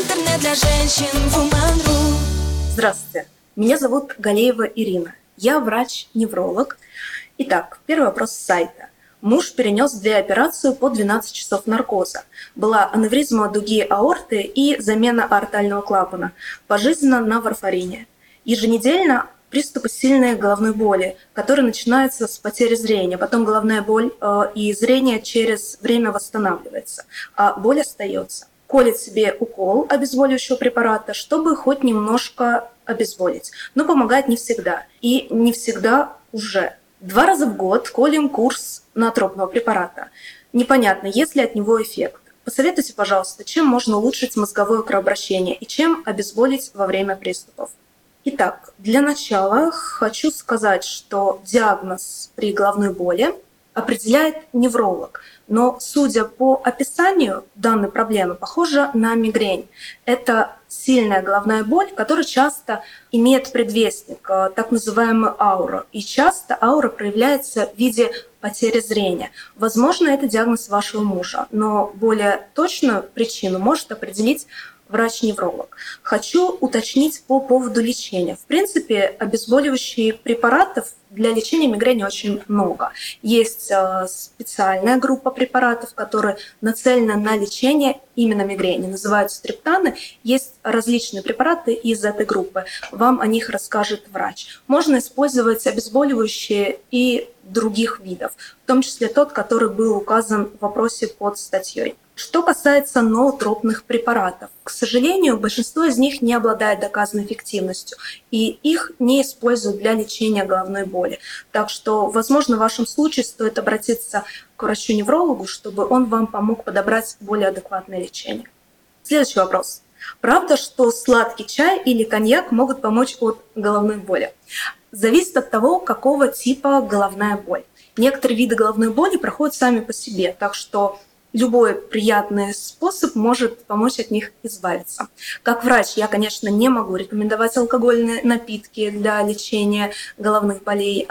Интернет для женщин Woman.ru. Здравствуйте, меня зовут Галеева Ирина. Я врач-невролог. Итак, первый вопрос с сайта. Муж перенес 2 операции по 12 часов наркоза. Была аневризма дуги аорты и замена аортального клапана. Пожизненно на варфарине. Еженедельно приступы сильной головной боли, которые начинаются с потери зрения. Потом головная боль и зрение через время восстанавливается, а боль остается. Колет себе укол обезболивающего препарата, чтобы хоть немножко обезболить. Но помогает не всегда. И не всегда уже. 2 раза в год колем курс ноотропного препарата. Непонятно, есть ли от него эффект. Посоветуйте, пожалуйста, чем можно улучшить мозговое кровообращение и чем обезболить во время приступов. Итак, для начала хочу сказать, что диагноз при головной боли определяет невролог. Но, судя по описанию данной проблемы, похожа на мигрень. Это сильная головная боль, которая часто имеет предвестник, так называемую ауру. И часто аура проявляется в виде потери зрения. Возможно, это диагноз вашего мужа, но более точную причину может определить врач-невролог. Хочу уточнить по поводу лечения. В принципе, обезболивающих препаратов для лечения мигрени очень много. Есть специальная группа препаратов, которые нацелены на лечение именно мигрени. Называются триптаны. Есть различные препараты из этой группы. Вам о них расскажет врач. Можно использовать обезболивающие и других видов, в том числе тот, который был указан в вопросе под статьей. Что касается ноотропных препаратов, к сожалению, большинство из них не обладает доказанной эффективностью, и их не используют для лечения головной боли. Так что, возможно, в вашем случае стоит обратиться к врачу-неврологу, чтобы он вам помог подобрать более адекватное лечение. Следующий вопрос. Правда, что сладкий чай или коньяк могут помочь от головной боли? Зависит от того, какого типа головная боль. Некоторые виды головной боли проходят сами по себе, так что любой приятный способ может помочь от них избавиться. Как врач я, конечно, не могу рекомендовать алкогольные напитки для лечения головных болей,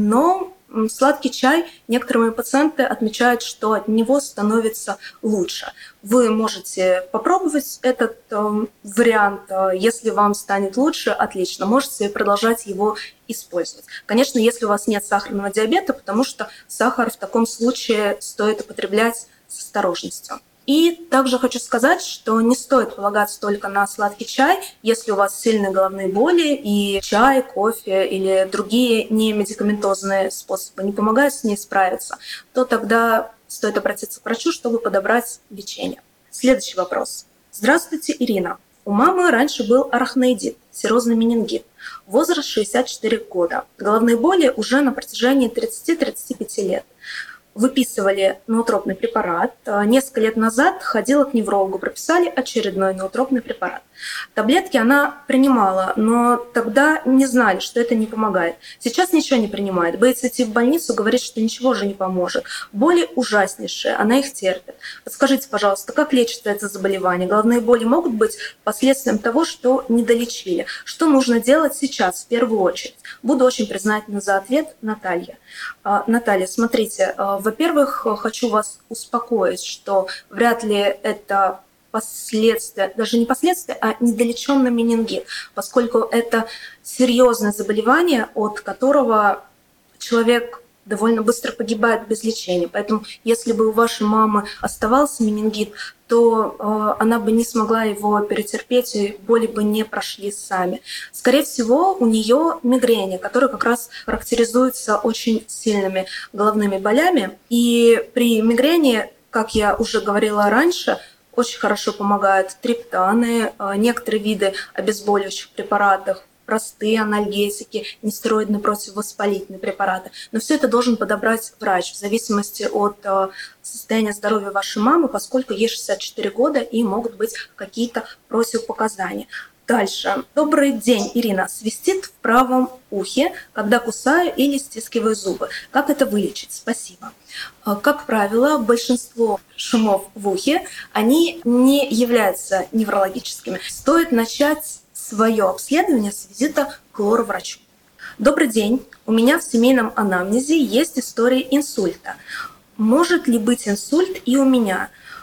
но сладкий чай некоторые мои пациенты отмечают, что от него становится лучше. Вы можете попробовать этот вариант. Если вам станет лучше, отлично, можете продолжать его использовать. Конечно, если у вас нет сахарного диабета, потому что сахар в таком случае стоит употреблять с осторожностью. И также хочу сказать, что не стоит полагаться только на сладкий чай. Если у вас сильные головные боли и чай, кофе или другие немедикаментозные способы не помогают с ней справиться, то тогда стоит обратиться к врачу, чтобы подобрать лечение. Следующий вопрос. Здравствуйте, Ирина. У мамы раньше был арахноидит, серозный менингит. Возраст 64 года. Головные боли уже на протяжении 30-35 лет. Выписывали ноотропный препарат. Несколько лет назад ходила к неврологу, прописали очередной ноотропный препарат. Таблетки она принимала, но тогда не знали, что это не помогает. Сейчас ничего не принимает. Боится идти в больницу, говорит, что ничего же не поможет. Боли ужаснейшие, она их терпит. Подскажите, пожалуйста, как лечится это заболевание? Головные боли могут быть последствием того, что не долечили. Что нужно делать сейчас в первую очередь? Буду очень признательна за ответ, Наталья. Наталья, смотрите, во-первых, хочу вас успокоить, что вряд ли это последствия, даже не последствия, а недолеченный менингит, поскольку это серьезное заболевание, от которого человек довольно быстро погибает без лечения. Поэтому если бы у вашей мамы оставался менингит, то она бы не смогла его перетерпеть, и боли бы не прошли сами. Скорее всего, у нее мигрень, которая как раз характеризуется очень сильными головными болями. И при мигрени, как я уже говорила раньше, очень хорошо помогают триптаны, некоторые виды обезболивающих препаратов, простые анальгетики, нестероидные противовоспалительные препараты. Но все это должен подобрать врач в зависимости от состояния здоровья вашей мамы, поскольку ей 64 года и могут быть какие-то противопоказания. Дальше. Добрый день, Ирина. Свистит в правом ухе, когда кусаю или стискиваю зубы. Как это вылечить? Спасибо. Как правило, большинство шумов в ухе, они не являются неврологическими. Стоит начать свое обследование с визита к лор-врачу. Добрый день. У меня в семейном анамнезе есть история инсульта. Может ли быть инсульт и у меня?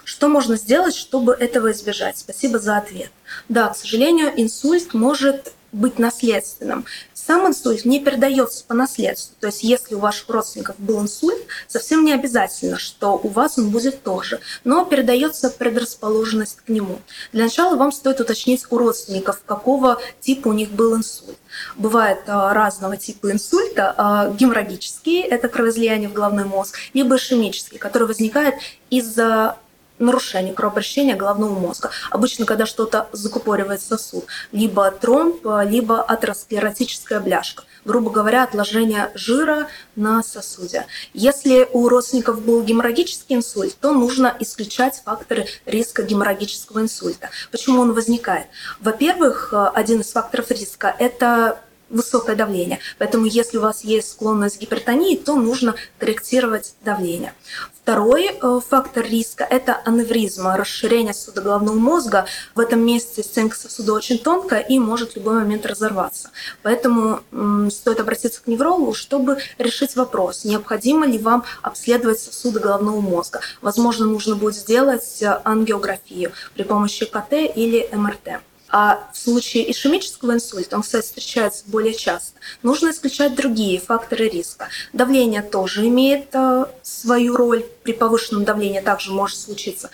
Что можно сделать, чтобы этого избежать? Спасибо за ответ. Да, к сожалению, инсульт может быть наследственным. Сам инсульт не передается по наследству. То есть если у ваших родственников был инсульт, совсем не обязательно, что у вас он будет тоже. Но передается предрасположенность к нему. Для начала вам стоит уточнить у родственников, какого типа у них был инсульт. Бывает разного типа инсульта. Геморрагический – это кровоизлияние в головной мозг, либо ишемический, который возникает из-за нарушение кровообращения головного мозга. Обычно, когда что-то закупоривает сосуд, либо тромб, либо атеросклеротическая бляшка. Грубо говоря, отложение жира на сосуде. Если у родственников был геморрагический инсульт, то нужно исключать факторы риска геморрагического инсульта. Почему он возникает? Во-первых, один из факторов риска – это высокое давление. Поэтому если у вас есть склонность к гипертонии, то нужно корректировать давление. Второй фактор риска – это аневризма, расширение сосуда головного мозга. В этом месте стенка сосуда очень тонкая и может в любой момент разорваться. Поэтому стоит обратиться к неврологу, чтобы решить вопрос, необходимо ли вам обследовать сосуды головного мозга. Возможно, нужно будет сделать ангиографию при помощи КТ или МРТ. А в случае ишемического инсульта, он, кстати, встречается более часто, нужно исключать другие факторы риска. Давление тоже имеет свою роль. При повышенном давлении также может случиться.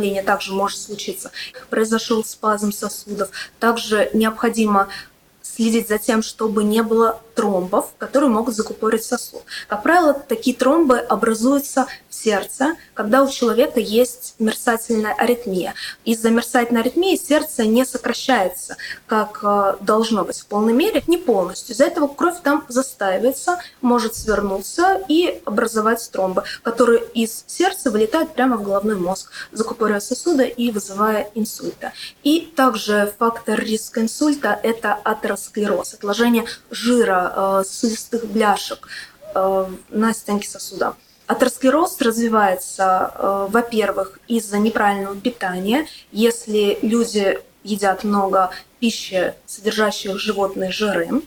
Произошел спазм сосудов. Также необходимо следить за тем, чтобы не было тромбов, которые могут закупорить сосуд. Как правило, такие тромбы образуются в сердце, когда у человека есть мерцательная аритмия. Из-за мерцательной аритмии сердце не сокращается, как должно быть в полной мере, не полностью. Из-за этого кровь там застаивается, может свернуться и образовать тромбы, которые из сердца вылетают прямо в головной мозг, закупоривая сосуды и вызывая инсульты. И также фактор риска инсульта – это атеросклероз, отложение жира, сосудистых бляшек на стенке сосуда. Атеросклероз развивается, во-первых, из-за неправильного питания. Если люди едят много пищи, содержащих животные жиры,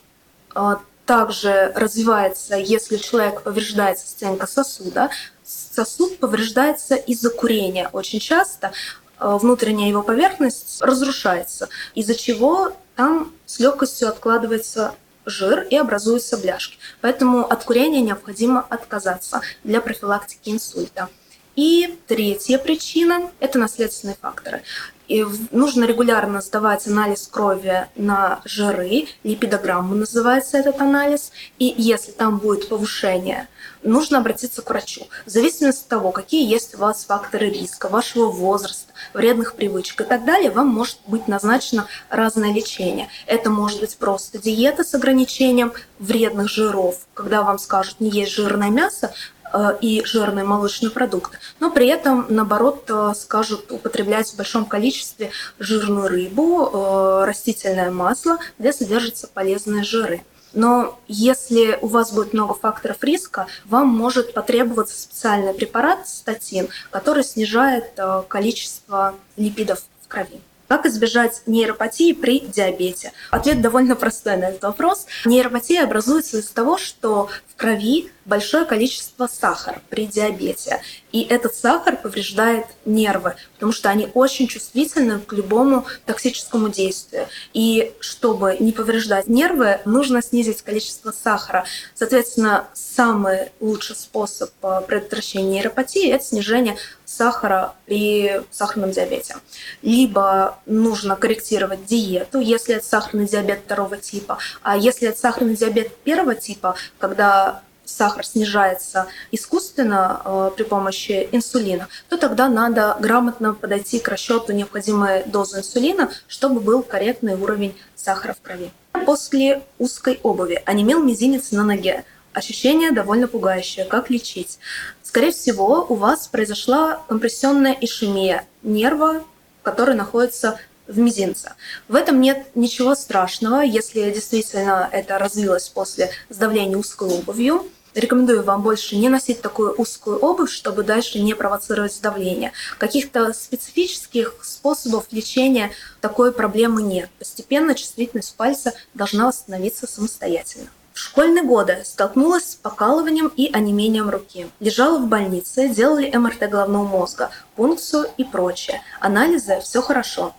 также развивается, если у человека повреждается стенка сосуда. Сосуд повреждается из-за курения. Очень часто внутренняя его поверхность разрушается, из-за чего там с легкостью откладывается жир и образуются бляшки. Поэтому от курения необходимо отказаться для профилактики инсульта. И третья причина – это наследственные факторы. И нужно регулярно сдавать анализ крови на жиры, липидограмма называется этот анализ. И если там будет повышение, нужно обратиться к врачу. В зависимости от того, какие есть у вас факторы риска, вашего возраста, вредных привычек и так далее, вам может быть назначено разное лечение. Это может быть просто диета с ограничением вредных жиров, когда вам скажут не есть жирное мясо и жирные молочные продукты, но при этом, наоборот, скажут употреблять в большом количестве жирную рыбу, растительное масло, где содержатся полезные жиры. Но если у вас будет много факторов риска, вам может потребоваться специальный препарат статин, который снижает количество липидов в крови. Как избежать нейропатии при диабете? Ответ довольно простой на этот вопрос. Нейропатия образуется из-за того, что в крови большое количество сахара при диабете. И этот сахар повреждает нервы, потому что они очень чувствительны к любому токсическому действию. И чтобы не повреждать нервы, нужно снизить количество сахара. Соответственно, самый лучший способ предотвращения нейропатии – это снижение сахара при сахарном диабете. Либо нужно корректировать диету, если это сахарный диабет второго типа, а если это сахарный диабет первого типа, когда сахар снижается искусственно при помощи инсулина, то тогда надо грамотно подойти к расчету необходимой дозы инсулина, чтобы был корректный уровень сахара в крови. После узкой обуви онемел мизинец на ноге. Ощущение довольно пугающее. Как лечить? Скорее всего, у вас произошла компрессионная ишемия нерва, который находится в мизинце. В этом нет ничего страшного, если действительно это развилось после сдавления узкой обувью. Рекомендую вам больше не носить такую узкую обувь, чтобы дальше не провоцировать сдавление. Каких-то специфических способов лечения такой проблемы нет. Постепенно чувствительность пальца должна восстановиться самостоятельно. В В школьные годы столкнулась с покалыванием и онемением руки. Лежала в больнице, делали МРТ головного мозга, пункцию и прочее. Анализы – все хорошо.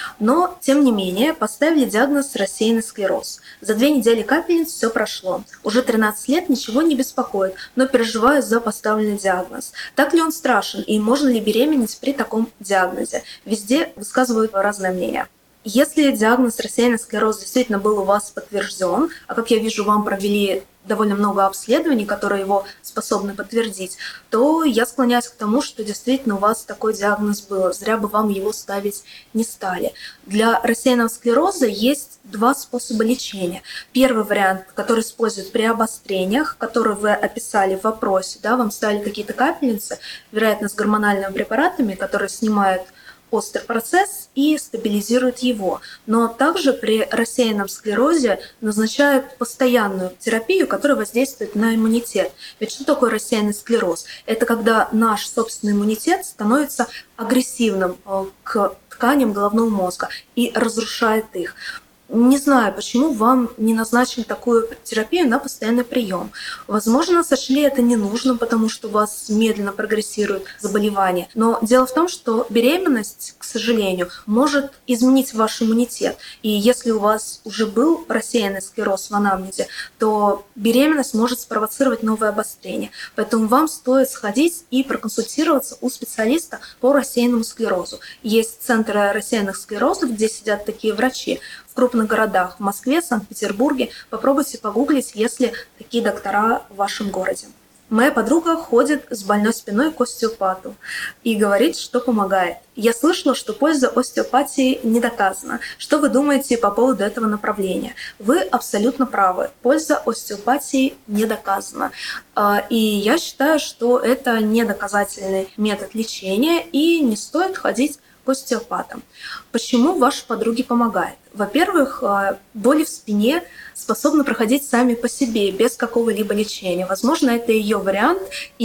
Но, тем не менее, поставили диагноз рассеянный склероз. За 2 недели капельниц все прошло. Уже 13 лет ничего не беспокоит, но переживаю за поставленный диагноз. Так ли он страшен и можно ли беременеть при таком диагнозе? Везде высказывают разное мнение. Если диагноз рассеянный склероз действительно был у вас подтвержден, а как я вижу, вам провели довольно много обследований, которые его способны подтвердить, то я склоняюсь к тому, что действительно у вас такой диагноз был. Зря бы вам его ставить не стали. Для рассеянного склероза есть 2 способа лечения. Первый вариант, который используют при обострениях, который вы описали в вопросе, да, вам ставили какие-то капельницы, вероятно, с гормональными препаратами, которые снимают острый процесс и стабилизирует его. Но также при рассеянном склерозе назначают постоянную терапию, которая воздействует на иммунитет. Ведь что такое рассеянный склероз? Это когда наш собственный иммунитет становится агрессивным к тканям головного мозга и разрушает их. Не знаю, почему вам не назначили такую терапию на постоянный прием. Возможно, сочли это не нужно, потому что у вас медленно прогрессирует заболевание. Но дело в том, что беременность, к сожалению, может изменить ваш иммунитет. И если у вас уже был рассеянный склероз в анамнезе, то беременность может спровоцировать новое обострение. Поэтому вам стоит сходить и проконсультироваться у специалиста по рассеянному склерозу. Есть центры рассеянных склерозов, где сидят такие врачи. В крупных городах, в Москве, Санкт-Петербурге. Попробуйте погуглить, если такие доктора в вашем городе. Моя подруга ходит с больной спиной к остеопату и говорит, что помогает. Я слышала, что польза остеопатии не доказана. Что вы думаете по поводу этого направления? Вы абсолютно правы. Польза остеопатии не доказана. И я считаю, что это недоказательный метод лечения и не стоит ходить к остеопатам. Почему вашей подруге помогает? Во-первых, боли в спине способны проходить сами по себе, без какого-либо лечения. Возможно, это ее вариант,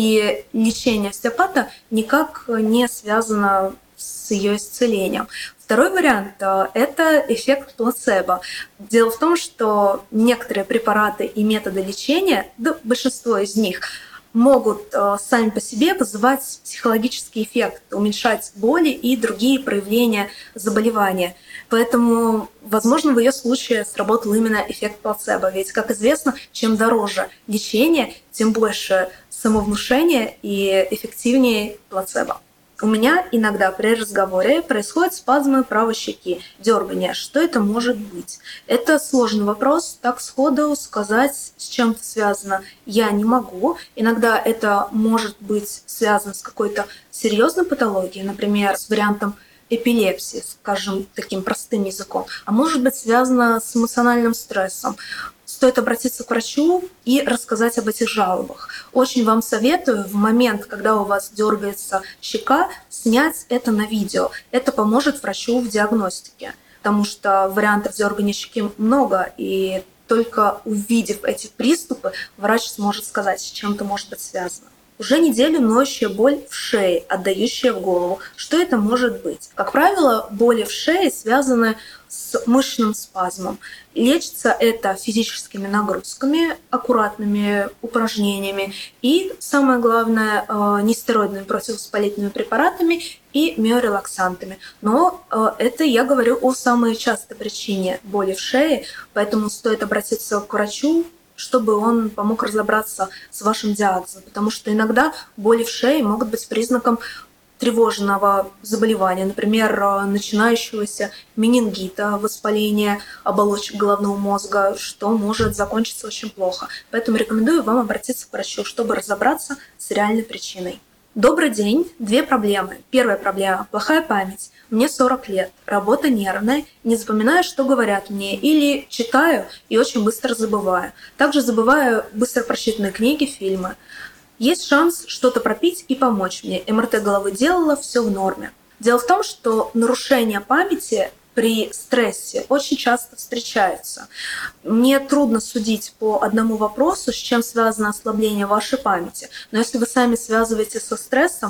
и лечение остеопата никак не связано с ее исцелением. Второй вариант – это эффект плацебо. Дело в том, что некоторые препараты и методы лечения, да, большинство из них, могут сами по себе вызывать психологический эффект, уменьшать боли и другие проявления заболевания. Поэтому, возможно, в ее случае сработал именно эффект плацебо. Ведь, как известно, чем дороже лечение, тем больше самовнушение и эффективнее плацебо. У меня иногда при разговоре происходят спазмы правой щеки, дергание. Что это может быть? Это сложный вопрос, так сходу сказать, с чем это связано, я не могу. Иногда это может быть связано с какой-то серьезной патологией, например, с вариантом эпилепсии, скажем таким простым языком, а может быть связано с эмоциональным стрессом. Стоит обратиться к врачу и рассказать об этих жалобах. Очень вам советую в момент, когда у вас дергается щека, снять это на видео. Это поможет врачу в диагностике, потому что вариантов дергания щеки много, и только увидев эти приступы, врач сможет сказать, с чем это может быть связано. Уже неделю ноющая боль в шее, отдающая в голову. Что это может быть? Как правило, боли в шее связаны с мышечным спазмом. Лечится это физическими нагрузками, аккуратными упражнениями и, самое главное, нестероидными противовоспалительными препаратами и миорелаксантами. Но это я говорю о самой частой причине боли в шее, поэтому стоит обратиться к врачу, чтобы он помог разобраться с вашим диагнозом, потому что иногда боли в шее могут быть признаком тревожного заболевания, например, начинающегося менингита, воспаления оболочек головного мозга, что может закончиться очень плохо. Поэтому рекомендую вам обратиться к врачу, чтобы разобраться с реальной причиной. Добрый день. 2 проблемы. Первая проблема – плохая память. Мне 40 лет, работа нервная, не запоминаю, что говорят мне, или читаю и очень быстро забываю. Также забываю быстро прочитанные книги, фильмы. Есть шанс что-то пропить и помочь мне. МРТ головы делала, все в норме. Дело в том, что нарушение памяти при стрессе очень часто встречаются. Мне трудно судить по одному вопросу, с чем связано ослабление вашей памяти. Но если вы сами связываете со стрессом,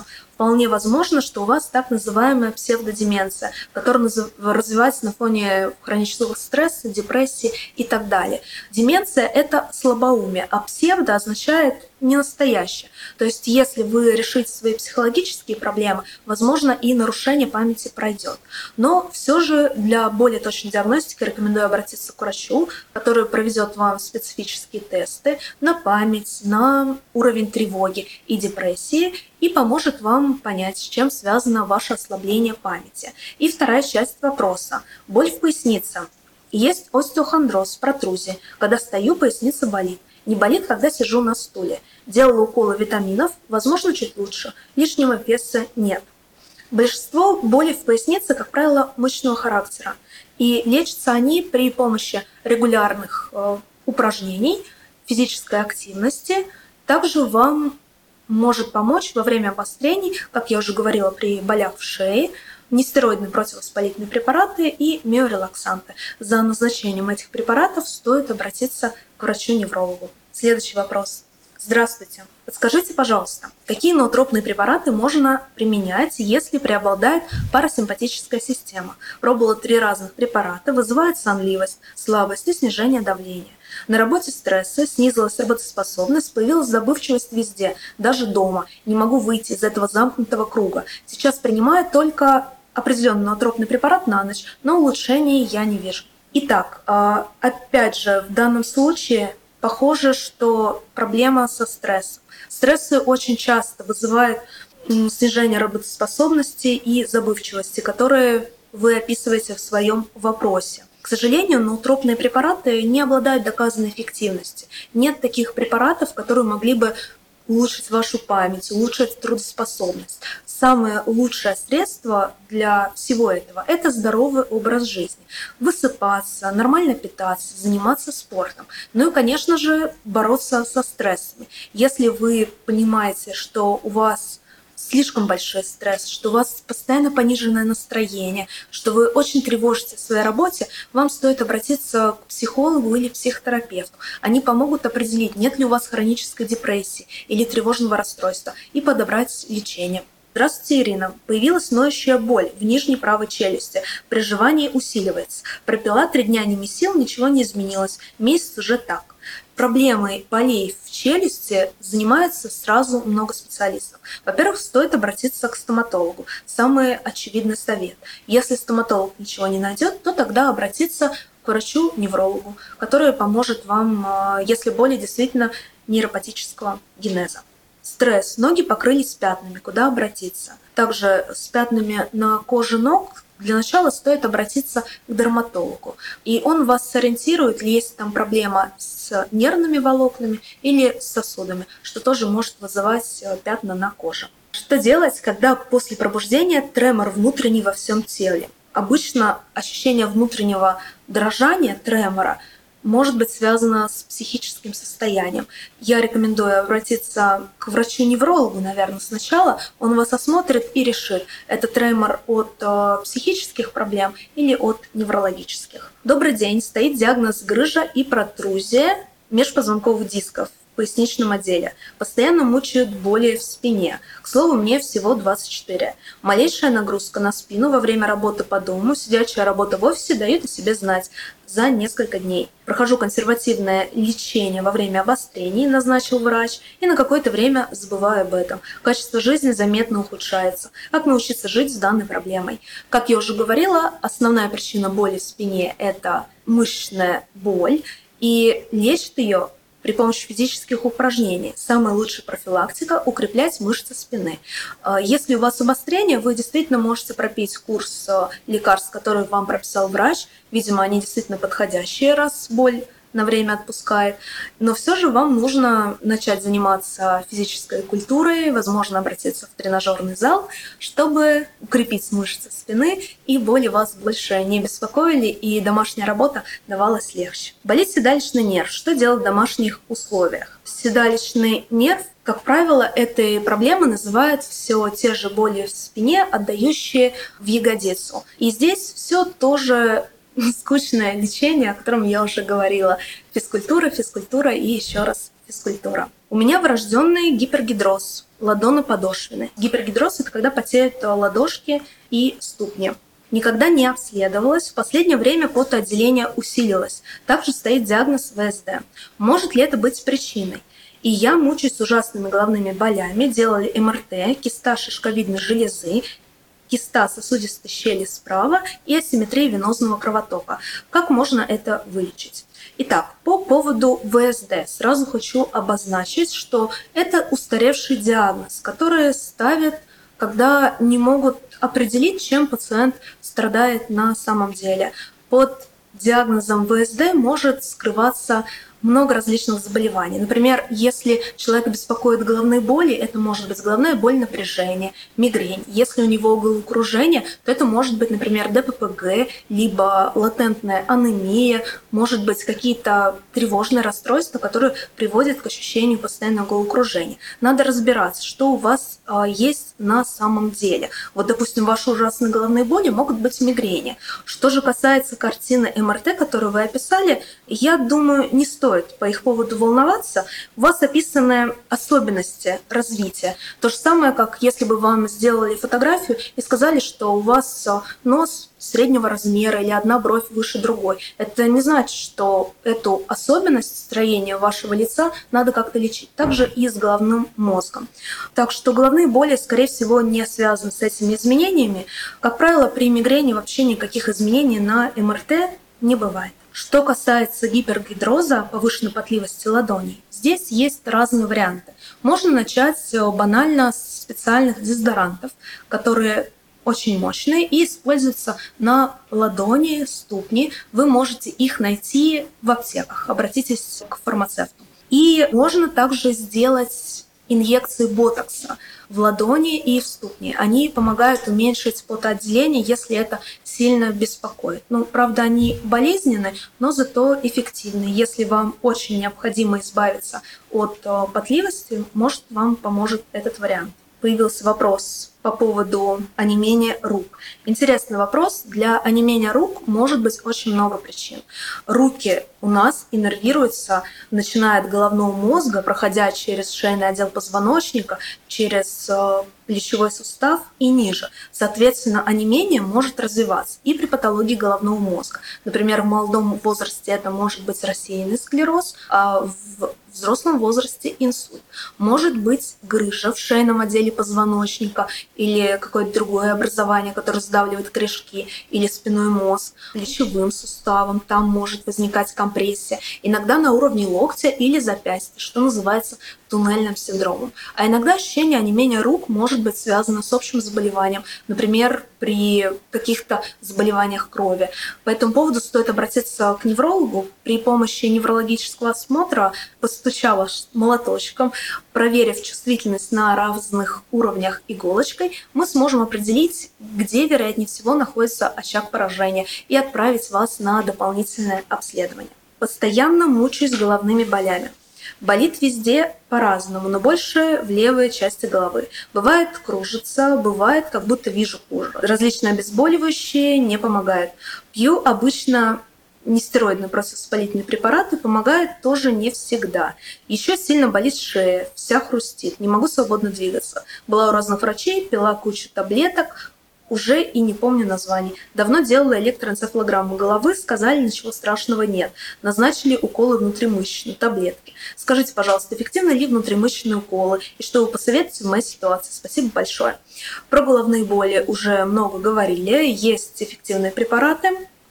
вполне возможно, что у вас так называемая псевдодеменция, которая развивается на фоне хронического стресса, депрессии и так далее. Деменция – это слабоумие, а псевдо означает не настоящее. То есть если вы решите свои психологические проблемы, возможно, и нарушение памяти пройдет. Но все же для более точной диагностики рекомендую обратиться к врачу, который проведет вам специфические тесты на память, на уровень тревоги и депрессии и поможет вам понять, с чем связано ваше ослабление памяти. И вторая часть вопроса. Боль в пояснице. Есть остеохондроз, протрузия. Когда стою, поясница болит. Не болит, когда сижу на стуле. Делала уколы витаминов, возможно, чуть лучше. Лишнего веса нет. Большинство болей в пояснице, как правило, мышечного характера. И лечатся они при помощи регулярных упражнений, физической активности. Также вам может помочь во время обострений, как я уже говорила, при болях в шее, нестероидные противовоспалительные препараты и миорелаксанты. За назначением этих препаратов стоит обратиться к врачу-неврологу. Следующий вопрос. Здравствуйте. Подскажите, пожалуйста, какие ноотропные препараты можно применять, если преобладает парасимпатическая система? Пробовала 3 разных препарата, вызывает сонливость, слабость и снижение давления. На работе стресса, снизилась работоспособность, появилась забывчивость везде, даже дома. Не могу выйти из этого замкнутого круга. Сейчас принимаю только определенный ноотропный препарат на ночь, но улучшений я не вижу. Итак, опять же, в данном случае похоже, что проблема со стрессом. Стрессы очень часто вызывают снижение работоспособности и забывчивости, которые вы описываете в своем вопросе. К сожалению, ноотропные препараты не обладают доказанной эффективностью. Нет таких препаратов, которые могли бы улучшить вашу память, улучшить трудоспособность. Самое лучшее средство для всего этого – это здоровый образ жизни. Высыпаться, нормально питаться, заниматься спортом. Ну и, конечно же, бороться со стрессами. Если вы понимаете, что у вас слишком большой стресс, что у вас постоянно пониженное настроение, что вы очень тревожитесь в своей работе, вам стоит обратиться к психологу или психотерапевту. Они помогут определить, нет ли у вас хронической депрессии или тревожного расстройства, и подобрать лечение. Здравствуйте, Ирина. Появилась ноющая боль в нижней правой челюсти. При жевании усиливается. Пропила 3 дня, не месил, ничего не изменилось. Месяц уже так. Проблемой болей в челюсти занимается сразу много специалистов. Во-первых, стоит обратиться к стоматологу. Самый очевидный совет. Если стоматолог ничего не найдет, то тогда обратиться к врачу-неврологу, который поможет вам, если боли действительно нейропатического генеза. Стресс. Ноги покрылись пятнами. Куда обратиться? Также с пятнами на коже ног для начала стоит обратиться к дерматологу. И он вас сориентирует, есть там проблема с нервными волокнами или с сосудами, что тоже может вызывать пятна на коже. Что делать, когда после пробуждения тремор внутренний во всем теле? Обычно ощущение внутреннего дрожания, тремора, может быть связано с психическим состоянием. Я рекомендую обратиться к врачу-неврологу, наверное, сначала. Он вас осмотрит и решит, это тремор от психических проблем или от неврологических. Добрый день. Стоит диагноз грыжа и протрузия межпозвонковых дисков в поясничном отделе. Постоянно мучают боли в спине. К слову, мне всего 24. Малейшая нагрузка на спину во время работы по дому, сидячая работа в офисе дают о себе знать за несколько дней. Прохожу консервативное лечение во время обострений, назначил врач, и на какое-то время забываю об этом. Качество жизни заметно ухудшается. Как научиться жить с данной проблемой? Как я уже говорила, основная причина боли в спине – это мышечная боль, и лечит ее при помощи физических упражнений. Самая лучшая профилактика – укреплять мышцы спины. Если у вас обострение, вы действительно можете пропить курс лекарств, которые вам прописал врач. Видимо, они действительно подходящие, раз боль на время отпускает. Но все же вам нужно начать заниматься физической культурой, возможно, обратиться в тренажерный зал, чтобы укрепить мышцы спины, и боли вас больше не беспокоили, и домашняя работа давалась легче. Болит седалищный нерв. Что делать в домашних условиях? Седалищный нерв, как правило, этой проблемы называют все те же боли в спине, отдающие в ягодицу. И здесь все тоже скучное лечение, о котором я уже говорила. Физкультура и еще раз физкультура. У меня врожденный гипергидроз. ладоноподошвенный. Гипергидроз – это когда потеют ладошки и ступни. Никогда не обследовалась. В последнее время потоотделение усилилось. Также стоит диагноз ВСД. Может ли это быть причиной? И я мучаюсь ужасными головными болями. Делали МРТ, киста шишковидной железы, киста сосудистой щели справа и асимметрия венозного кровотока. Как можно это вылечить? Итак, по поводу ВСД сразу хочу обозначить, что это устаревший диагноз, который ставят, когда не могут определить, чем пациент страдает на самом деле. Под диагнозом ВСД может скрываться много различных заболеваний. Например, если человека беспокоит головные боли, это может быть головная боль, напряжение, мигрень. Если у него головокружение, то это может быть, например, ДППГ, либо латентная анемия, может быть какие-то тревожные расстройства, которые приводят к ощущению постоянного головокружения. Надо разбираться, что у вас есть на самом деле. Вот, допустим, ваши ужасные головные боли могут быть мигрени. Что же касается картины МРТ, которую вы описали, я думаю, не стоит по их поводу волноваться. У вас описаны особенности развития. То же самое, как если бы вам сделали фотографию и сказали, что у вас нос среднего размера или одна бровь выше другой. Это не значит, что эту особенность строения вашего лица надо как-то лечить. Также и с головным мозгом. Так что головные боли, скорее всего, не связаны с этими изменениями. Как правило, при мигрени вообще никаких изменений на МРТ не бывает. Что касается гипергидроза, повышенной потливости ладоней, здесь есть разные варианты. Можно начать банально с специальных дезодорантов, которые очень мощные и используются на ладони, ступни. Вы можете их найти в аптеках. Обратитесь к фармацевту. И можно также сделать инъекции ботокса в ладони и в ступни. Они помогают уменьшить потоотделение, если это сильно беспокоит. Ну, правда, они болезненны, но зато эффективны. Если вам очень необходимо избавиться от потливости, может, вам поможет этот вариант. Появился вопрос по поводу онемения рук. Интересный вопрос. Для онемения рук может быть очень много причин. Руки у нас иннервируются, начиная от головного мозга, проходя через шейный отдел позвоночника, через плечевой сустав и ниже. Соответственно, онемение может развиваться и при патологии головного мозга. Например, в молодом возрасте это может быть рассеянный склероз, а в взрослом возрасте инсульт. Может быть грыжа в шейном отделе позвоночника или какое-то другое образование, которое сдавливает корешки, или спинной мозг, плечевым суставом, там может возникать компрессия. Иногда на уровне локтя или запястья, что называется туннельным синдромом. А иногда ощущение онемения рук может быть связано с общим заболеванием, например, при каких-то заболеваниях крови. По этому поводу стоит обратиться к неврологу. При помощи неврологического осмотра, постучав молоточком, проверив чувствительность на разных уровнях иголочкой, мы сможем определить, где, вероятнее всего, находится очаг поражения и отправить вас на дополнительное обследование. Постоянно мучаюсь головными болями. Болит везде по-разному, но больше в левой части головы. Бывает кружится, бывает как будто вижу хуже. Различные обезболивающие не помогают. Пью обычно нестероидные противовоспалительные препараты, помогает тоже не всегда. Еще сильно болит шея, вся хрустит, не могу свободно двигаться. Была у разных врачей, пила кучу таблеток, уже и не помню названий. Давно делала электроэнцефалограмму головы, сказали, ничего страшного нет. Назначили уколы внутримышечные, таблетки. Скажите, пожалуйста, эффективны ли внутримышечные уколы? И что вы посоветуете в моей ситуации? Спасибо большое. Про головные боли уже много говорили. Есть эффективные препараты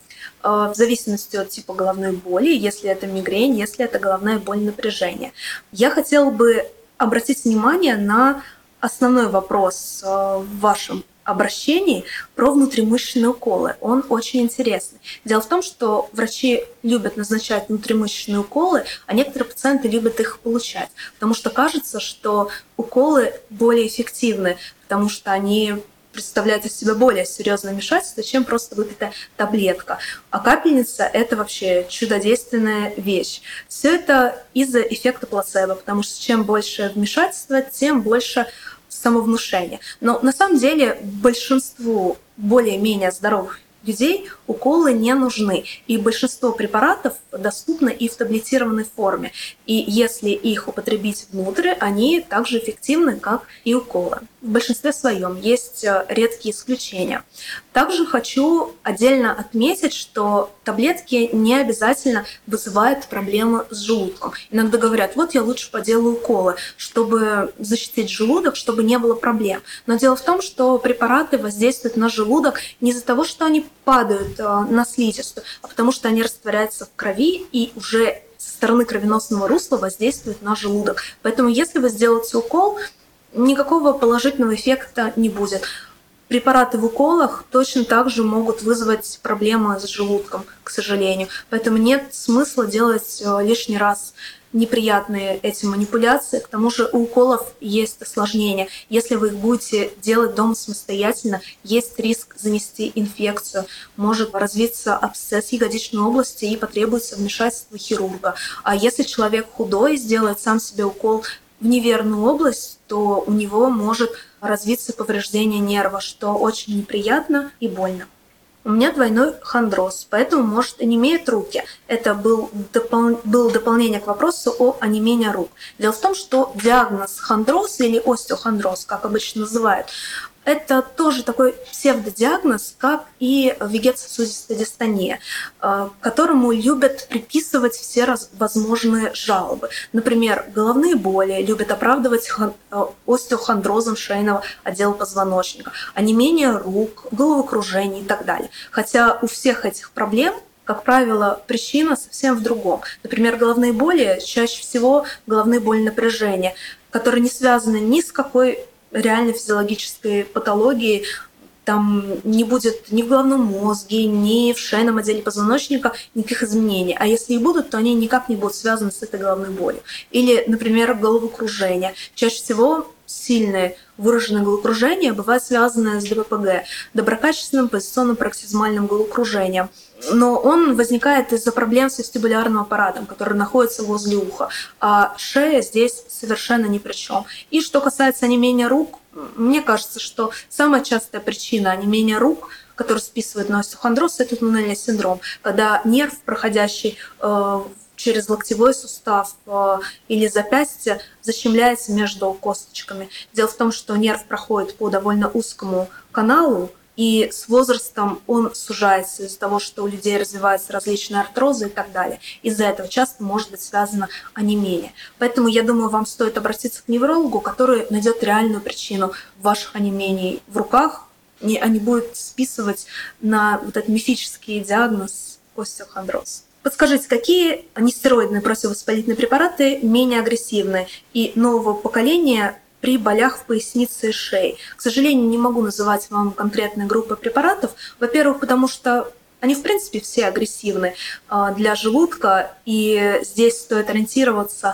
в зависимости от типа головной боли, если это мигрень, если это головная боль напряжения. Я хотела бы обратить внимание на основной вопрос в вашем обращении про внутримышечные уколы. Он очень интересный. Дело в том, что врачи любят назначать внутримышечные уколы, а некоторые пациенты любят их получать, потому что кажется, что уколы более эффективны, потому что они представляют из себя более серьезное вмешательство, чем просто выпитая таблетка. А капельница – это вообще чудодейственная вещь. Все это из-за эффекта плацебо, потому что чем больше вмешательства, тем больше самовнушения. Но на самом деле большинству более-менее здоровых людей уколы не нужны, и большинство препаратов доступны и в таблетированной форме. И если их употребить внутрь, они также эффективны, как и уколы. В большинстве своем есть редкие исключения. Также хочу отдельно отметить, что таблетки не обязательно вызывают проблемы с желудком. Иногда говорят, вот я лучше поделаю уколы, чтобы защитить желудок, чтобы не было проблем. Но дело в том, что препараты воздействуют на желудок не из-за того, что они падают на слизистую, а потому что они растворяются в крови и уже со стороны кровеносного русла воздействуют на желудок. Поэтому если вы сделаете укол, никакого положительного эффекта не будет. Препараты в уколах точно так же могут вызвать проблемы с желудком, к сожалению. Поэтому нет смысла делать лишний раз неприятные эти манипуляции. К тому же у уколов есть осложнения. Если вы их будете делать дома самостоятельно, есть риск занести инфекцию. Может развиться абсцесс ягодичной области и потребуется вмешательство хирурга. А если человек худой, сделает сам себе укол в неверную область, то у него может развиться повреждение нерва, что очень неприятно и больно. У меня двойной хондроз, поэтому может онеметь руки. Это было дополнение к вопросу о онемении рук. Дело в том, что диагноз хондроз или остеохондроз, как обычно называют, это тоже такой псевдодиагноз, как и вегетососудистая дистония, которому любят приписывать все возможные жалобы. Например, головные боли любят оправдывать остеохондрозом шейного отдела позвоночника, онемение рук, головокружение и так далее. Хотя у всех этих проблем, как правило, причина совсем в другом. Например, головные боли, чаще всего головные боли напряжения, которые не связаны ни с какой реально физиологической патологии, там не будет ни в головном мозге, ни в шейном отделе позвоночника никаких изменений. А если и будут, то они никак не будут связаны с этой головной болью. Или, например, головокружение. Чаще всего сильное выраженное головокружение бывает связано с ДППГ, доброкачественным позиционным пароксизмальным головокружением. Но он возникает из-за проблем с вестибулярным аппаратом, который находится возле уха, а шея здесь совершенно ни при чем. И что касается онемения рук, мне кажется, что самая частая причина онемения рук, которую списывают на остеохондроз, это туннельный синдром, когда нерв, проходящий через локтевой сустав или запястье, защемляется между косточками. Дело в том, что нерв проходит по довольно узкому каналу, и с возрастом он сужается из-за того, что у людей развиваются различные артрозы и так далее. Из-за этого часто может быть связано онемение. Поэтому я думаю, вам стоит обратиться к неврологу, который найдет реальную причину ваших онемений в руках, а не будет списывать на вот этот мифический диагноз остеохондроз. Подскажите, какие нестероидные противовоспалительные препараты менее агрессивны и нового поколения при болях в пояснице и шее? К сожалению, не могу называть вам конкретные группы препаратов. Во-первых, потому что они, в принципе, все агрессивны для желудка, и здесь стоит ориентироваться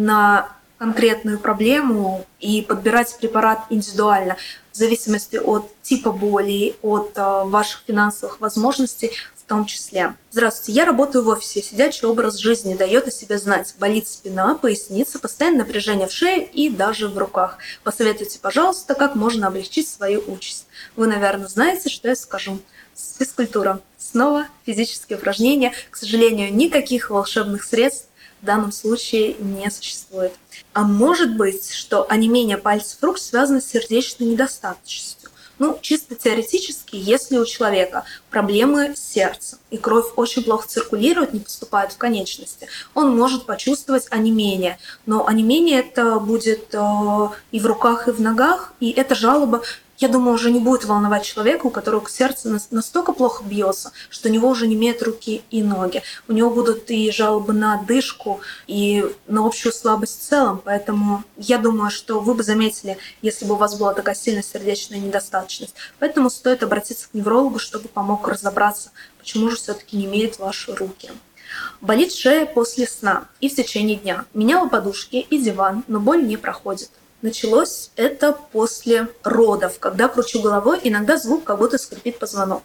на конкретную проблему и подбирать препарат индивидуально в зависимости от типа боли, от ваших финансовых возможностей в том числе. Здравствуйте, я работаю в офисе. Сидячий образ жизни дает о себе знать. Болит спина, поясница, постоянное напряжение в шее и даже в руках. Посоветуйте, пожалуйста, как можно облегчить свою участь. Вы, наверное, знаете, что я скажу. Физкультура. Снова физические упражнения. К сожалению, никаких волшебных средств в данном случае не существует. А может быть, что онемение пальцев рук связано с сердечной недостаточностью? Чисто теоретически, если у человека проблемы с сердцем и кровь очень плохо циркулирует, не поступает в конечности, он может почувствовать онемение. Но онемение это будет и в руках, и в ногах, и эта жалоба, я думаю, уже не будет волновать человека, у которого сердце настолько плохо бьется, что у него уже немеют руки и ноги. У него будут и жалобы на одышку, и на общую слабость в целом. Поэтому я думаю, что вы бы заметили, если бы у вас была такая сильная сердечная недостаточность. Поэтому стоит обратиться к неврологу, чтобы помог разобраться, почему же все-таки немеют ваши руки. Болит шея после сна и в течение дня. Меняла подушки и диван, но боль не проходит. Началось это после родов. Когда кручу головой, иногда звук, как будто скрипит позвонок.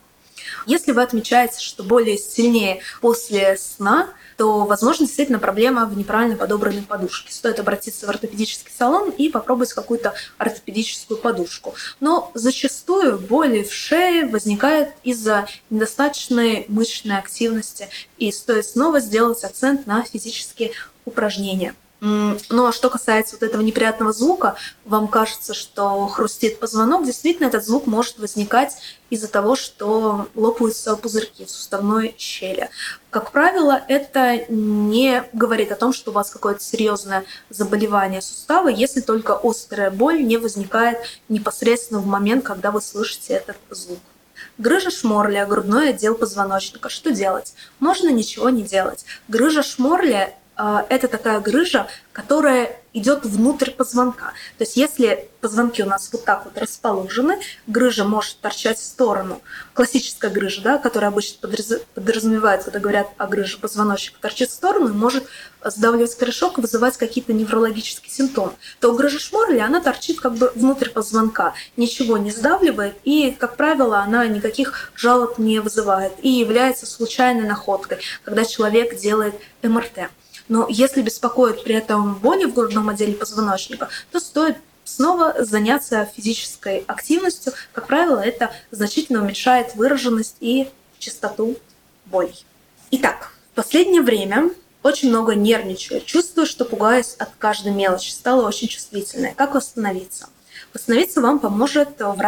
Если вы отмечаете, что боли сильнее после сна, то, возможно, действительно проблема в неправильно подобранной подушке. Стоит обратиться в ортопедический салон и попробовать какую-то ортопедическую подушку. Но зачастую боли в шее возникают из-за недостаточной мышечной активности, и стоит снова сделать акцент на физические упражнения. Но что касается вот этого неприятного звука, вам кажется, что хрустит позвонок, действительно этот звук может возникать из-за того, что лопаются пузырьки в суставной щели. Как правило, это не говорит о том, что у вас какое-то серьезное заболевание сустава, если только острая боль не возникает непосредственно в момент, когда вы слышите этот звук. Грыжа Шморля, грудной отдел позвоночника. Что делать? Можно ничего не делать. Грыжа Шморля это такая грыжа, которая идет внутрь позвонка. То есть если позвонки у нас вот так вот расположены, грыжа может торчать в сторону. Классическая грыжа, да, которая обычно подразумевается, когда говорят о грыже позвоночника, торчит в сторону и может сдавливать корешок и вызывать какие-то неврологические симптомы. То грыжа Шморля, она торчит как бы внутрь позвонка, ничего не сдавливает, и, как правило, она никаких жалоб не вызывает и является случайной находкой, когда человек делает МРТ. Но если беспокоит при этом боли в грудном отделе позвоночника, то стоит снова заняться физической активностью. Как правило, это значительно уменьшает выраженность и частоту болей. Итак, в последнее время очень много нервничаю, чувствую, что пугаюсь от каждой мелочи, стала очень чувствительной. Как восстановиться? Восстановиться вам поможет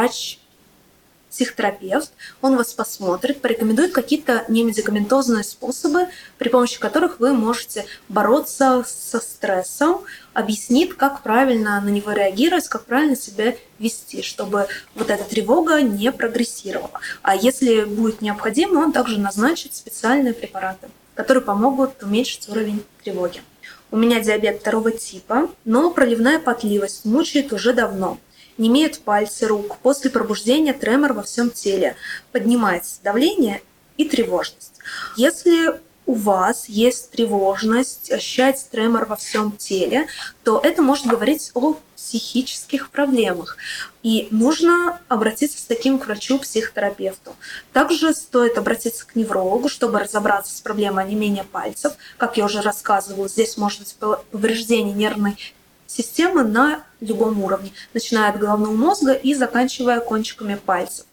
врач-психотерапевт, он вас посмотрит, порекомендует какие-то немедикаментозные способы, при помощи которых вы можете бороться со стрессом, объяснит, как правильно на него реагировать, как правильно себя вести, чтобы вот эта тревога не прогрессировала. А если будет необходимо, он также назначит специальные препараты, которые помогут уменьшить уровень тревоги. У меня диабет 2 типа, но проливная потливость мучает уже давно. Немеют пальцы рук, после пробуждения тремор во всем теле, поднимается давление и тревожность. Если у вас есть тревожность, ощущаете тремор во всем теле, то это может говорить о психических проблемах. И нужно обратиться с таким к врачу-психотерапевту. Также стоит обратиться к неврологу, чтобы разобраться с проблемой онемения пальцев. Как я уже рассказывала, здесь может быть повреждение нервной системы на любом уровне, начиная от головного мозга и заканчивая кончиками пальцев.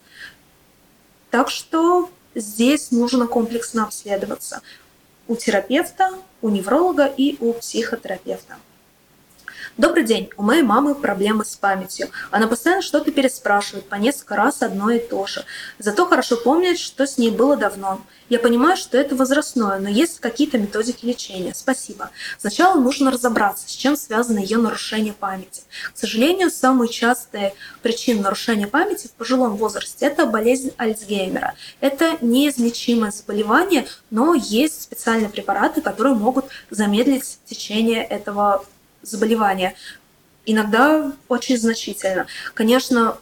Так что здесь нужно комплексно обследоваться у терапевта, у невролога и у психотерапевта. Добрый день, у моей мамы проблемы с памятью. Она постоянно что-то переспрашивает, по несколько раз одно и то же. Зато хорошо помнит, что с ней было давно. Я понимаю, что это возрастное, но есть какие-то методики лечения. Спасибо. Сначала нужно разобраться, с чем связано ее нарушение памяти. К сожалению, самые частые причины нарушения памяти в пожилом возрасте – это болезнь Альцгеймера. Это неизлечимое заболевание, но есть специальные препараты, которые могут замедлить течение этого заболевания. Иногда очень значительно. Конечно,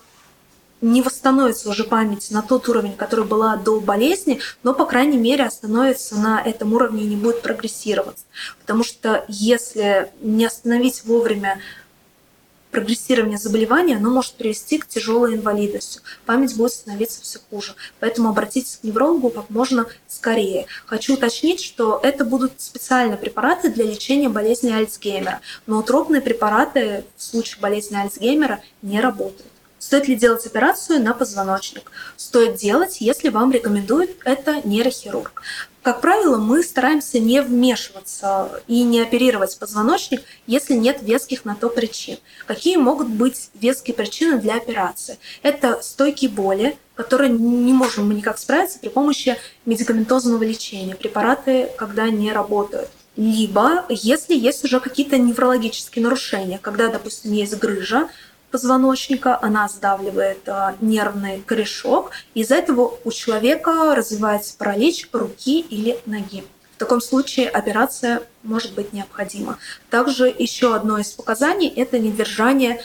не восстановится уже память на тот уровень, который была до болезни, но, по крайней мере, остановится на этом уровне и не будет прогрессировать. Потому что если не остановить вовремя прогрессирование заболевания, оно может привести к тяжелой инвалидности. Память будет становиться все хуже. Поэтому обратитесь к неврологу как можно скорее. Хочу уточнить, что это будут специальные препараты для лечения болезни Альцгеймера. Но утробные препараты в случае болезни Альцгеймера не работают. Стоит ли делать операцию на позвоночник? Стоит делать, если вам рекомендует это нейрохирург. Как правило, мы стараемся не вмешиваться и не оперировать позвоночник, если нет веских на то причин. Какие могут быть веские причины для операции? Это стойкие боли, которые не можем мы никак справиться при помощи медикаментозного лечения. Препараты, когда не работают. Либо, если есть уже какие-то неврологические нарушения, когда, допустим, есть грыжа позвоночника, она сдавливает нервный корешок, и из-за этого у человека развивается паралич руки или ноги. В таком случае операция может быть необходима. Также еще одно из показаний – это недержание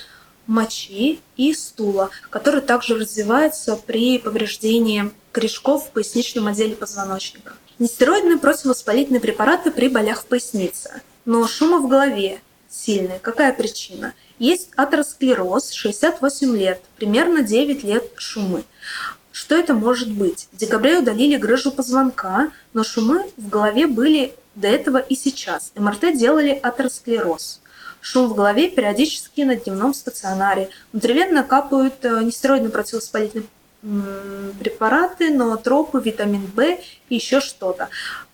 мочи и стула, который также развивается при повреждении корешков в поясничном отделе позвоночника. Нестероидные противовоспалительные препараты при болях в пояснице. Но шума в голове сильный. Какая причина? Есть атеросклероз, 68 лет, примерно 9 лет шумы. Что это может быть? В декабре удалили грыжу позвонка, но шумы в голове были до этого и сейчас. МРТ делали атеросклероз. Шум в голове периодически на дневном стационаре. Внутривенно капают нестероидные противовоспалительные препараты, ноотропы, витамин В и еще что-то.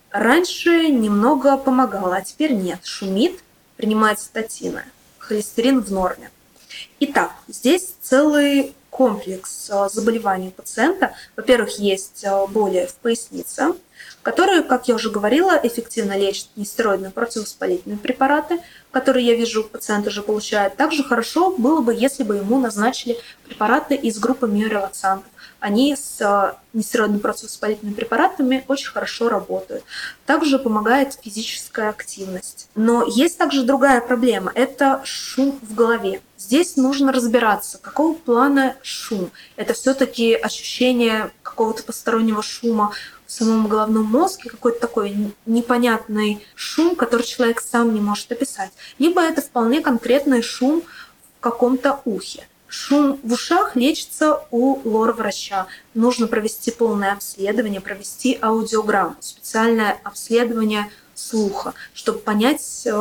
Раньше немного помогало, а теперь нет. Шумит, принимает статины. Холестерин в норме. Итак, здесь целый комплекс заболеваний пациента. Во-первых, есть боли в пояснице, которые, как я уже говорила, эффективно лечат нестероидные противовоспалительные препараты, которые, я вижу, пациент уже получает. Также хорошо было бы, если бы ему назначили препараты из группы миорелаксантов. Они с нестероидными противовоспалительными препаратами очень хорошо работают. Также помогает физическая активность. Но есть также другая проблема – это шум в голове. Здесь нужно разбираться, какого плана шум. Это все-таки ощущение какого-то постороннего шума в самом головном мозге, какой-то такой непонятный шум, который человек сам не может описать. Либо это вполне конкретный шум в каком-то ухе. Шум в ушах лечится у лор-врача. Нужно провести полное обследование, провести аудиограмму, специальное обследование слуха, чтобы понять,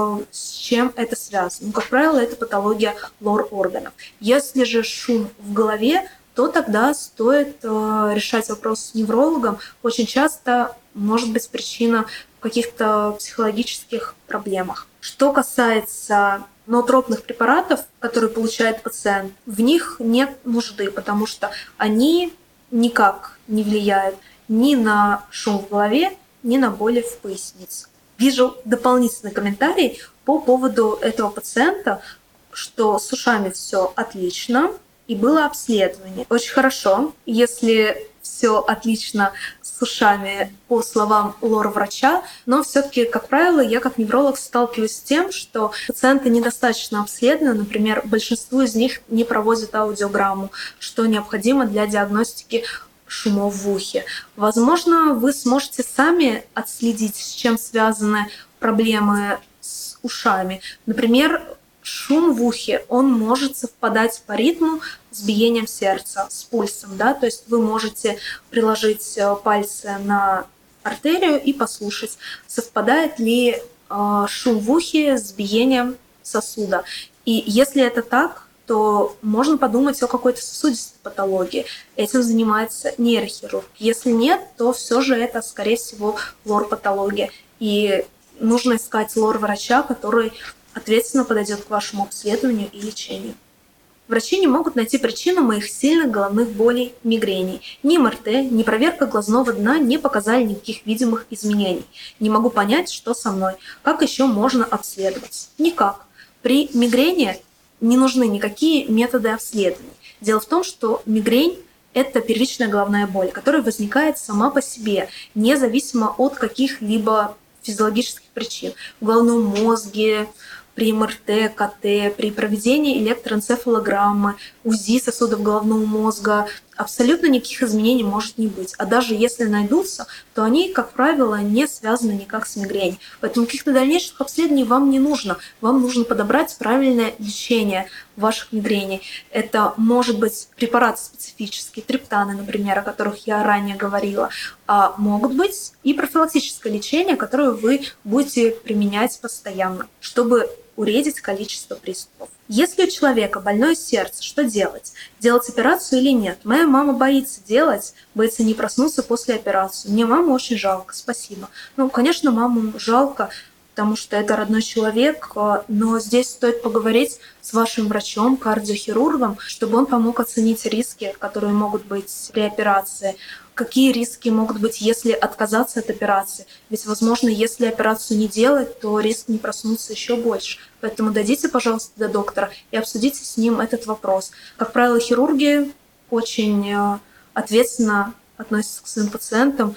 с чем это связано. Ну, как правило, это патология лор-органов. Если же шум в голове, то тогда стоит решать вопрос с неврологом. Очень часто может быть причина в каких-то психологических проблемах. Что касается ноотропных препаратов, которые получает пациент, в них нет нужды, потому что они никак не влияют ни на шум в голове, ни на боли в пояснице. Вижу дополнительный комментарий по поводу этого пациента, что с ушами все отлично и было обследование. Очень хорошо, если все отлично с ушами, по словам лор-врача, но все-таки, как правило, я как невролог сталкиваюсь с тем, что пациенты недостаточно обследованы, например, большинство из них не проводят аудиограмму, что необходимо для диагностики шумов в ухе. Возможно, вы сможете сами отследить, с чем связаны проблемы с ушами. Например, шум в ухе, он может совпадать по ритму с биением сердца, с пульсом, да, то есть вы можете приложить пальцы на артерию и послушать, совпадает ли шум в ухе с биением сосуда. И если это так, то можно подумать о какой-то сосудистой патологии. Этим занимается нейрохирург. Если нет, то все же это, скорее всего, лор-патология. И нужно искать лор-врача, который ответственно подойдет к вашему обследованию и лечению. Врачи не могут найти причину моих сильных головных болей, мигрений. Ни МРТ, ни проверка глазного дна не показали никаких видимых изменений. Не могу понять, что со мной. Как еще можно обследоваться? Никак. При мигрени не нужны никакие методы обследований. Дело в том, что мигрень – это первичная головная боль, которая возникает сама по себе, независимо от каких-либо физиологических причин. В головном мозге, при МРТ, КТ, при проведении электроэнцефалограммы, УЗИ сосудов головного мозга абсолютно никаких изменений может не быть. А даже если найдутся, то они, как правило, не связаны никак с мигренью. Поэтому каких-то дальнейших обследований вам не нужно. Вам нужно подобрать правильное лечение ваших мигрений. Это может быть препараты специфические, триптаны, например, о которых я ранее говорила. А могут быть и профилактическое лечение, которое вы будете применять постоянно, чтобы уредить количество приступов. Если у человека больное сердце, что делать? Делать операцию или нет? Моя мама боится делать, боится не проснуться после операции. Мне маму очень жалко, спасибо. Ну, конечно, маму жалко, потому что это родной человек, но здесь стоит поговорить с вашим врачом, кардиохирургом, чтобы он помог оценить риски, которые могут быть при операции. Какие риски могут быть, если отказаться от операции? Ведь, возможно, если операцию не делать, то риск не проснуться еще больше. Поэтому дойдите, пожалуйста, до доктора и обсудите с ним этот вопрос. Как правило, хирурги очень ответственно относятся к своим пациентам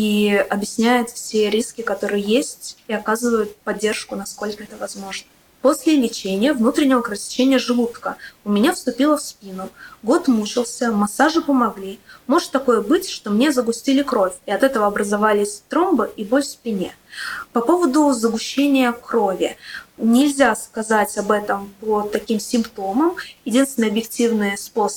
и объясняют все риски, которые есть, и оказывают поддержку, насколько это возможно. После лечения внутреннего кровотечения желудка у меня вступило в спину. Год мучился, массажи помогли. Может такое быть, что мне загустили кровь, и от этого образовались тромбы и боль в спине. По поводу загущения крови. Нельзя сказать об этом по таким симптомам. Единственный объективный способ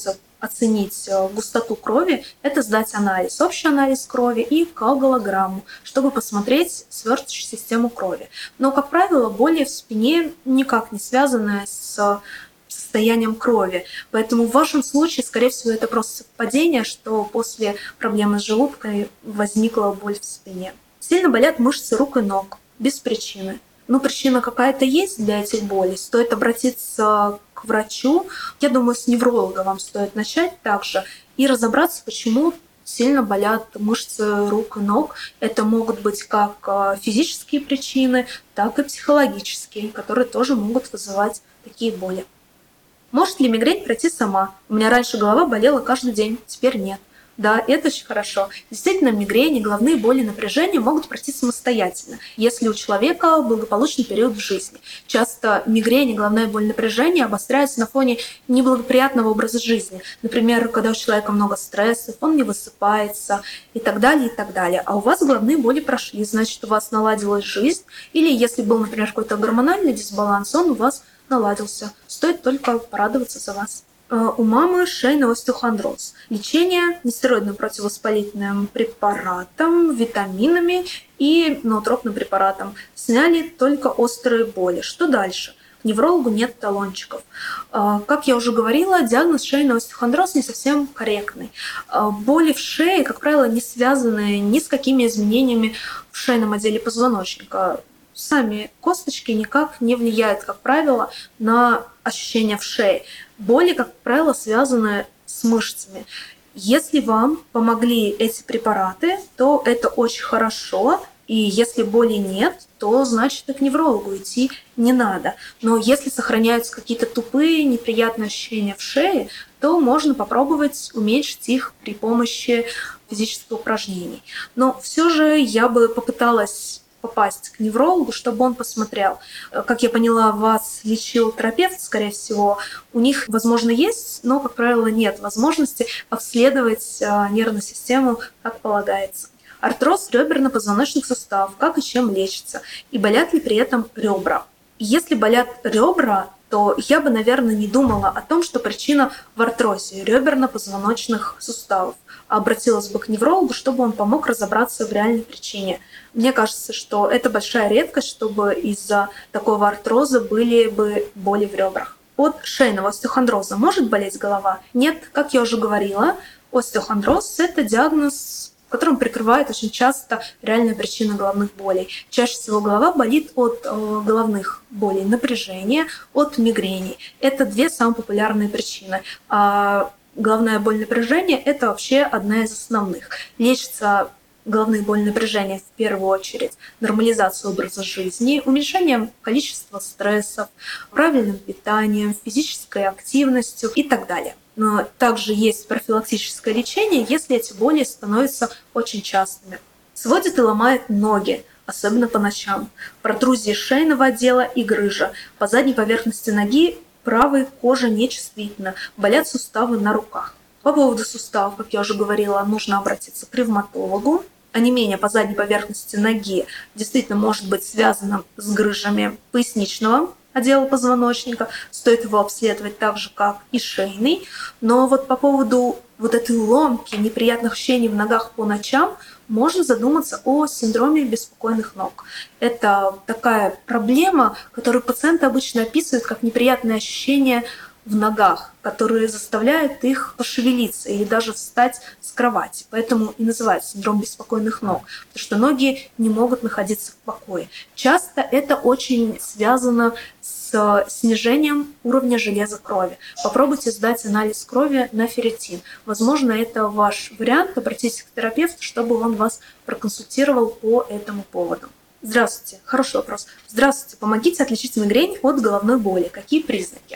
оценить густоту крови, это сдать анализ, общий анализ крови и коагулограмму, чтобы посмотреть свертывающую систему крови. Но, как правило, боли в спине никак не связаны с состоянием крови. Поэтому в вашем случае, скорее всего, это просто совпадение, что после проблемы с желудком возникла боль в спине. Сильно болят мышцы рук и ног без причины. Ну, причина какая-то есть для этих болей. Стоит обратиться к врачу. Я думаю, с невролога вам стоит начать также и разобраться, почему сильно болят мышцы рук и ног. Это могут быть как физические причины, так и психологические, которые тоже могут вызывать такие боли. Может ли мигрень пройти сама? У меня раньше голова болела каждый день, теперь нет. Да, это очень хорошо. Действительно, мигрени, головные боли, напряжение могут пройти самостоятельно, если у человека благополучный период в жизни. Часто мигрени, головная боль, напряжение обостряются на фоне неблагоприятного образа жизни. Например, когда у человека много стрессов, он не высыпается и так далее, и так далее. А у вас головные боли прошли, значит, у вас наладилась жизнь. Или если был, например, какой-то гормональный дисбаланс, он у вас наладился. Стоит только порадоваться за вас. У мамы шейный остеохондроз. Лечение нестероидным противовоспалительным препаратом, витаминами и ноотропным препаратом. Сняли только острые боли. Что дальше? К неврологу нет талончиков. Как я уже говорила, диагноз шейный остеохондроз не совсем корректный. Боли в шее, как правило, не связаны ни с какими изменениями в шейном отделе позвоночника. Сами косточки никак не влияют, как правило, на ощущения в шее. Боли, как правило, связаны с мышцами. Если вам помогли эти препараты, то это очень хорошо. И если боли нет, то значит и к неврологу идти не надо. Но если сохраняются какие-то тупые, неприятные ощущения в шее, то можно попробовать уменьшить их при помощи физических упражнений. Но все же я бы попыталась попасть к неврологу, чтобы он посмотрел. Как я поняла, вас лечил терапевт, скорее всего. У них, возможно, есть, но, как правило, нет возможности обследовать нервную систему, как полагается. Артроз реберно-позвоночных суставов, как и чем лечится, и болят ли при этом ребра. Если болят ребра, то я бы, наверное, не думала о том, что причина в артрозе реберно-позвоночных суставов, а обратилась бы к неврологу, чтобы он помог разобраться в реальной причине. Мне кажется, что это большая редкость, чтобы из-за такого артроза были бы боли в ребрах. От шейного остеохондроза может болеть голова? Нет, как я уже говорила, остеохондроз – это диагноз, которым прикрывает очень часто реальная причина головных болей. Чаще всего голова болит от головных болей, напряжения, от мигрени. Это две самые популярные причины. Головная боль, напряжение – это вообще одна из основных. Лечится головные боли, напряжения в первую очередь нормализацией образа жизни, уменьшением количества стрессов, правильным питанием, физической активностью и так далее. Но также есть профилактическое лечение, если эти боли становятся очень частыми. Сводит и ломает ноги, особенно по ночам. Протрузии шейного отдела и грыжа. По задней поверхности ноги правой кожа нечувствительна, болят суставы на руках. По поводу суставов, как я уже говорила, нужно обратиться к ревматологу. Онемение по задней поверхности ноги действительно может быть связано с грыжами поясничного отдела позвоночника. Стоит его обследовать так же, как и шейный. Но вот по поводу вот этой ломки, неприятных ощущений в ногах по ночам, можно задуматься о синдроме беспокойных ног. Это такая проблема, которую пациенты обычно описывают как неприятные ощущения в ногах, которые заставляют их пошевелиться или даже встать с кровати. Поэтому и называют синдром беспокойных ног, потому что ноги не могут находиться в покое. Часто это очень связано с снижением уровня железа в крови. Попробуйте сдать анализ крови на ферритин. Возможно, это ваш вариант. Обратитесь к терапевту, чтобы он вас проконсультировал по этому поводу. Здравствуйте. Хороший вопрос. Здравствуйте. Помогите отличить мигрень от головной боли. Какие признаки?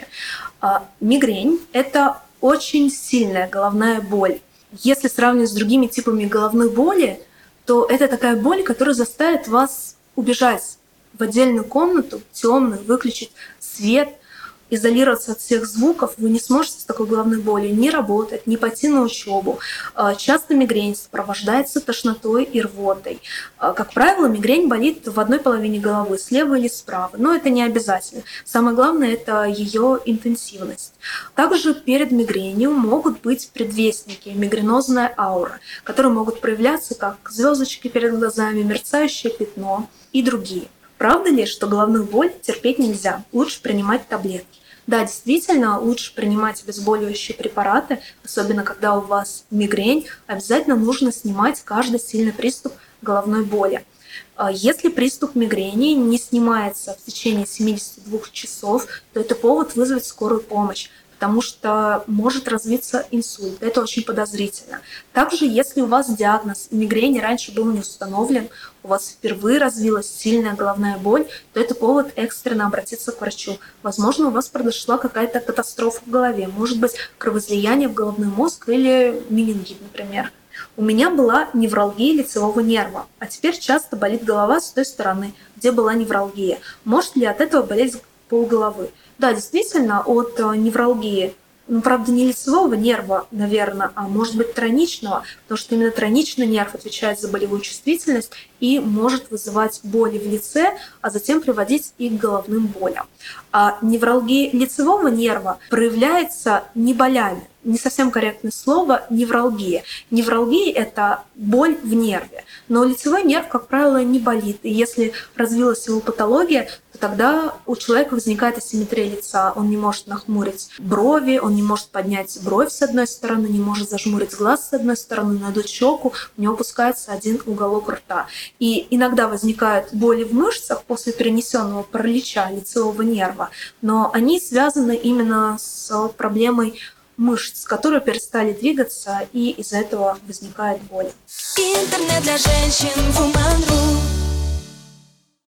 Мигрень – это очень сильная головная боль. Если сравнивать с другими типами головной боли, то это такая боль, которая заставит вас убежать в отдельную комнату, темную, выключить свет, изолироваться от всех звуков, вы не сможете с такой головной болью ни работать, ни пойти на учебу. Часто мигрень сопровождается тошнотой и рвотой. Как правило, мигрень болит в одной половине головы, слева или справа, но это не обязательно. Самое главное – это ее интенсивность. Также перед мигренью могут быть предвестники, мигренозная аура, которые могут проявляться как звездочки перед глазами, мерцающее пятно и другие. Правда ли, что головную боль терпеть нельзя? Лучше принимать таблетки. Да, действительно, лучше принимать обезболивающие препараты, особенно когда у вас мигрень. Обязательно нужно снимать каждый сильный приступ головной боли. Если приступ мигрени не снимается в течение 72 часов, то это повод вызвать скорую помощь, потому что может развиться инсульт. Это очень подозрительно. Также, если у вас диагноз мигрени раньше был не установлен, у вас впервые развилась сильная головная боль, то это повод экстренно обратиться к врачу. Возможно, у вас произошла какая-то катастрофа в голове, может быть, кровоизлияние в головной мозг или менингит, например. У меня была невралгия лицевого нерва, а теперь часто болит голова с той стороны, где была невралгия. Может ли от этого болеть полголовы? Да, действительно, от невралгии, правда, не лицевого нерва, наверное, а может быть троничного, потому что именно троничный нерв отвечает за болевую чувствительность и может вызывать боли в лице, а затем приводить и к головным болям. А невралгия лицевого нерва проявляется не болями. Не совсем корректное слово невралгия. Невралгия – это боль в нерве. Но лицевой нерв, как правило, не болит. И если развилась его патология, то тогда у человека возникает асимметрия лица. Он не может нахмурить брови, он не может поднять бровь с одной стороны, не может зажмурить глаз с одной стороны, надуть щеку, у него опускается один уголок рта. И иногда возникают боли в мышцах после перенесенного паралича лицевого нерва, но они связаны именно с проблемой мышц, которые перестали двигаться, и из-за этого возникает боль. Интернет для женщин Woman.ru.